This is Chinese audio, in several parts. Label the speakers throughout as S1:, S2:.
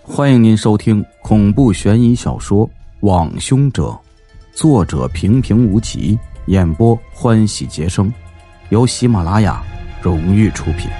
S1: 欢迎您收听恐怖悬疑小说《网凶者》，作者平平无奇，演播欢喜杰生，由喜马拉雅荣誉出品。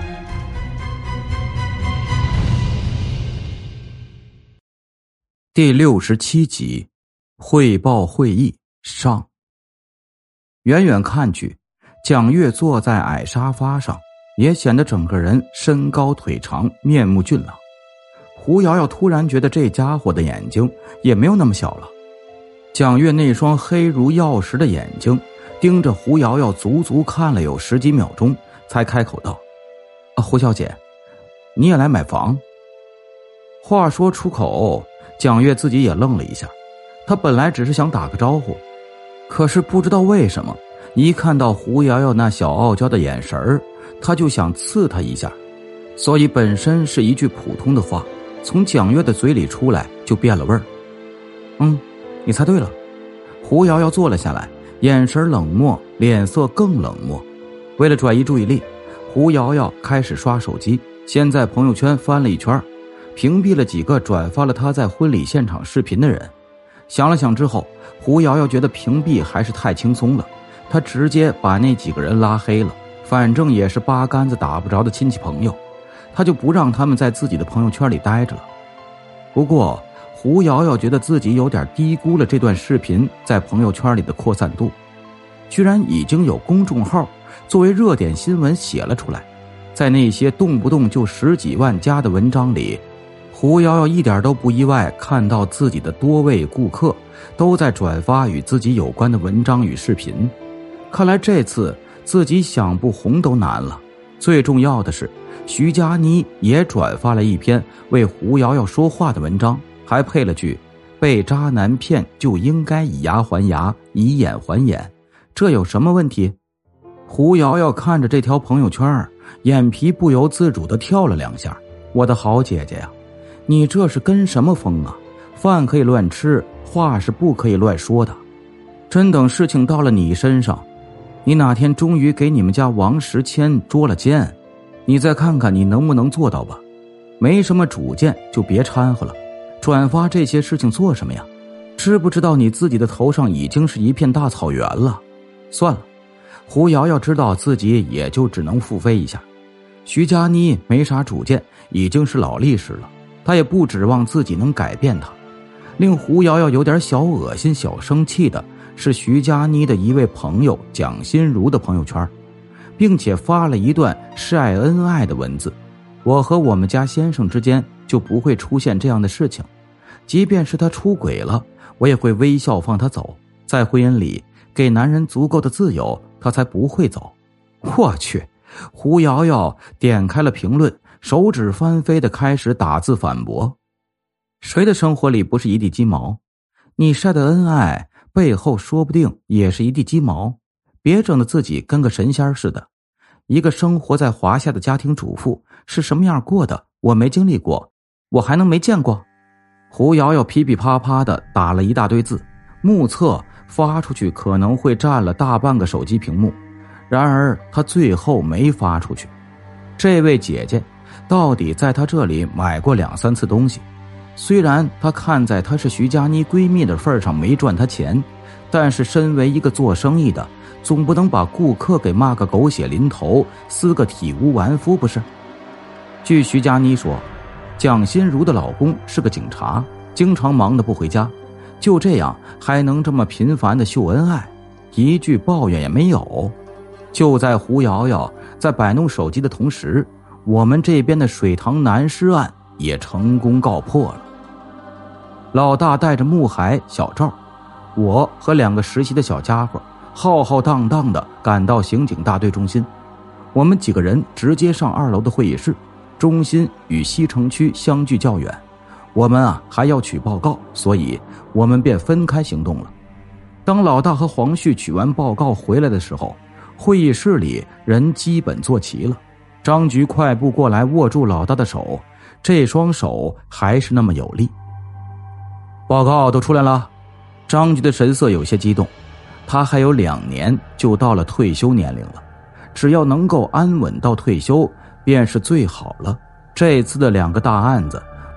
S1: 第67集，汇报会议上。远远看去，蒋月坐在矮沙发上，也显得整个人身高腿长，面目俊朗。胡瑶瑶突然觉得这家伙的眼睛也没有那么小了。蒋月那双黑如曜石的眼睛盯着胡瑶瑶足足看了有10几秒钟，才开口道：胡小姐，你也来买房？话说出口，蒋月自己也愣了一下。她本来只是想打个招呼，可是不知道为什么，一看到胡瑶瑶那小傲娇的眼神，她就想刺她一下，所以本身是一句普通的话，从蒋月的嘴里出来就变了味儿。你猜对了。胡瑶瑶坐了下来，眼神冷漠，脸色更冷漠。为了转移注意力，胡瑶瑶开始刷手机，先在朋友圈翻了一圈，屏蔽了几个转发了她在婚礼现场视频的人。想了想之后，胡瑶瑶觉得屏蔽还是太轻松了，她直接把那几个人拉黑了，反正也是八竿子打不着的亲戚朋友，她就不让他们在自己的朋友圈里待着了。不过胡瑶瑶觉得自己有点低估了这段视频在朋友圈里的扩散度，居然已经有公众号作为热点新闻写了出来。在那些动不动就10几万加的文章里，胡瑶瑶一点都不意外看到自己的多位顾客都在转发与自己有关的文章与视频。看来这次自己想不红都难了。最重要的是，徐佳妮也转发了一篇为胡瑶瑶说话的文章，还配了句被渣男骗就应该以牙还牙，以眼还眼，这有什么问题？胡瑶瑶看着这条朋友圈，眼皮不由自主地跳了2下。我的好姐姐呀，你这是跟什么风啊？饭可以乱吃，话是不可以乱说的。真等事情到了你身上，你哪天终于给你们家王石谦捉了奸，你再看看你能不能做到吧。没什么主见就别掺和了，转发这些事情做什么呀？知不知道你自己的头上已经是一片大草原了？算了，胡瑶瑶知道自己也就只能腹诽一下。徐佳妮没啥主见，已经是老历史了，她也不指望自己能改变她。令胡瑶瑶有点小恶心小生气的是徐佳妮的一位朋友蒋心如的朋友圈，并且发了一段晒恩爱的文字。我和我们家先生之间就不会出现这样的事情，即便是他出轨了，我也会微笑放他走，在婚姻里给男人足够的自由，他才不会走。我去，胡瑶瑶点开了评论，手指翻飞的开始打字反驳。谁的生活里不是一地鸡毛？你晒的恩爱背后说不定也是一地鸡毛，别整得自己跟个神仙似的。一个生活在华夏的家庭主妇是什么样过的，我没经历过，我还能没见过？胡瑶瑶噼噼啪啪的打了一大堆字，目测发出去可能会占了大半个手机屏幕，然而她最后没发出去。这位姐姐到底在她这里买过2、3次东西，虽然她看在她是徐佳妮闺蜜的份上没赚她钱，但是身为一个做生意的，总不能把顾客给骂个狗血淋头，撕个体无完肤不是？据徐佳妮说，蒋心如的老公是个警察，经常忙得不回家，就这样还能这么频繁的秀恩爱，一句抱怨也没有。就在胡瑶瑶在摆弄手机的同时，我们这边的水塘男尸案也成功告破了。老大带着穆海、小赵，我和2个实习的小家伙浩浩荡荡地赶到刑警大队中心。我们几个人直接上2楼的会议室，中心与西城区相距较远，我们还要取报告，所以我们便分开行动了。当老大和黄旭取完报告回来的时候，会议室里人基本坐齐了。张局快步过来握住老大的手，这双手还是那么有力。报告都出来了。张局的神色有些激动，他还有2年就到了退休年龄了，只要能够安稳到退休便是最好了。这次的2个大案子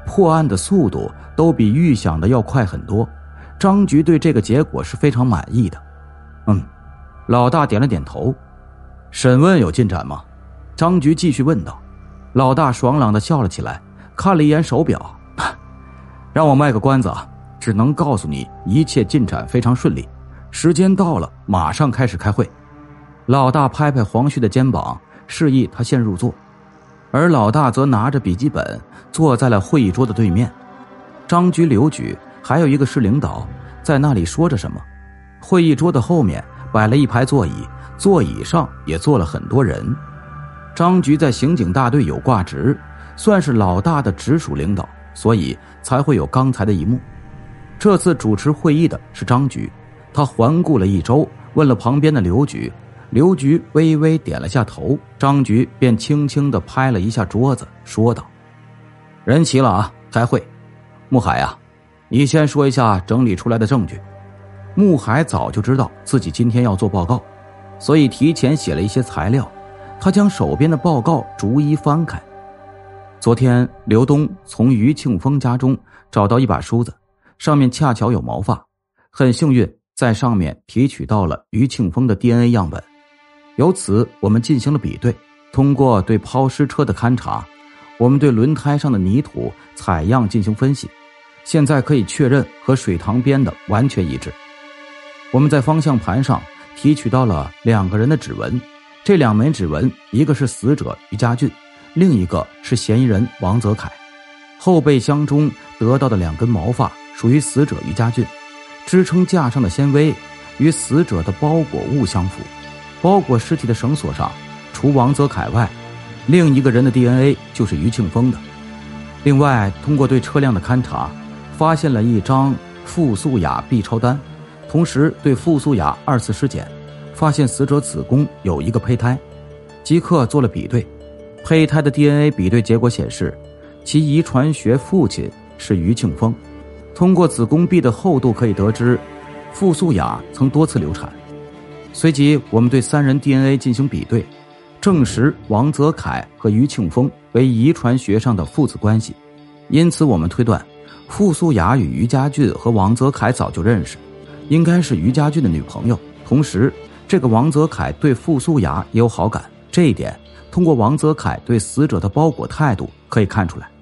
S1: 破案的速度都比预想的要快很多。张局对这个结果是非常满意的。老大点了点头。审问有进展吗？张局继续问道。老大爽朗地笑了起来，看了一眼手表，让我卖个关子啊，只能告诉你一切进展非常顺利，时间到了马上开始开会。老大拍拍黄旭的肩膀，示意他先入座，而老大则拿着笔记本坐在了会议桌的对面。张局、刘局还有一个市领导在那里说着什么。会议桌的后面摆了一排座椅，座椅上也坐了很多人。张局在刑警大队有挂职，算是老大的直属领导，所以才会有刚才的一幕。这次主持会议的是张局，他环顾了一周，问了旁边的刘局，刘局微微点了下头，张局便轻轻地拍了一下桌子，说道：人齐了啊，开会。穆海啊，你先说一下整理出来的证据。穆海早就知道自己今天要做报告，所以提前写了一些材料。他将手边的报告逐一翻开。昨天刘东从于庆峰家中找到一把梳子，上面恰巧有毛发，很幸运在上面提取到了于庆峰的 DNA 样本。由此我们进行了比对，通过对抛尸车的勘查，我们对轮胎上的泥土采样进行分析，现在可以确认和水塘边的完全一致。我们在方向盘上提取到了2个人的指纹，这2枚指纹，一个是死者于家俊，另一个是嫌疑人王泽凯。后备箱中得到的2根毛发属于死者于家俊，支撑架上的纤维与死者的包裹物相符，包裹尸体的绳索上除王泽凯外，另一个人的 DNA 就是于庆峰的。另外通过对车辆的勘查，发现了一张傅素雅 B 超单，同时对傅素雅2次尸检，发现死者子宫有一个胚胎，即刻做了比对。胚胎的 DNA 比对结果显示，其遗传学父亲是于庆峰。通过子宫壁的厚度可以得知，傅素雅曾多次流产。随即我们对3人 DNA 进行比对，证实王泽凯和于庆峰为遗传学上的父子关系。因此我们推断，傅素雅与于家俊和王泽凯早就认识，应该是于家俊的女朋友。同时这个王泽凯对傅素雅也有好感，这一点通过王泽凯对死者的包裹态度可以看出来。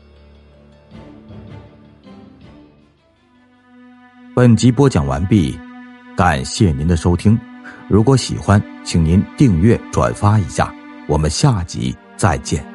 S1: 本集播讲完毕，感谢您的收听。如果喜欢，请您订阅转发一下，我们下集再见。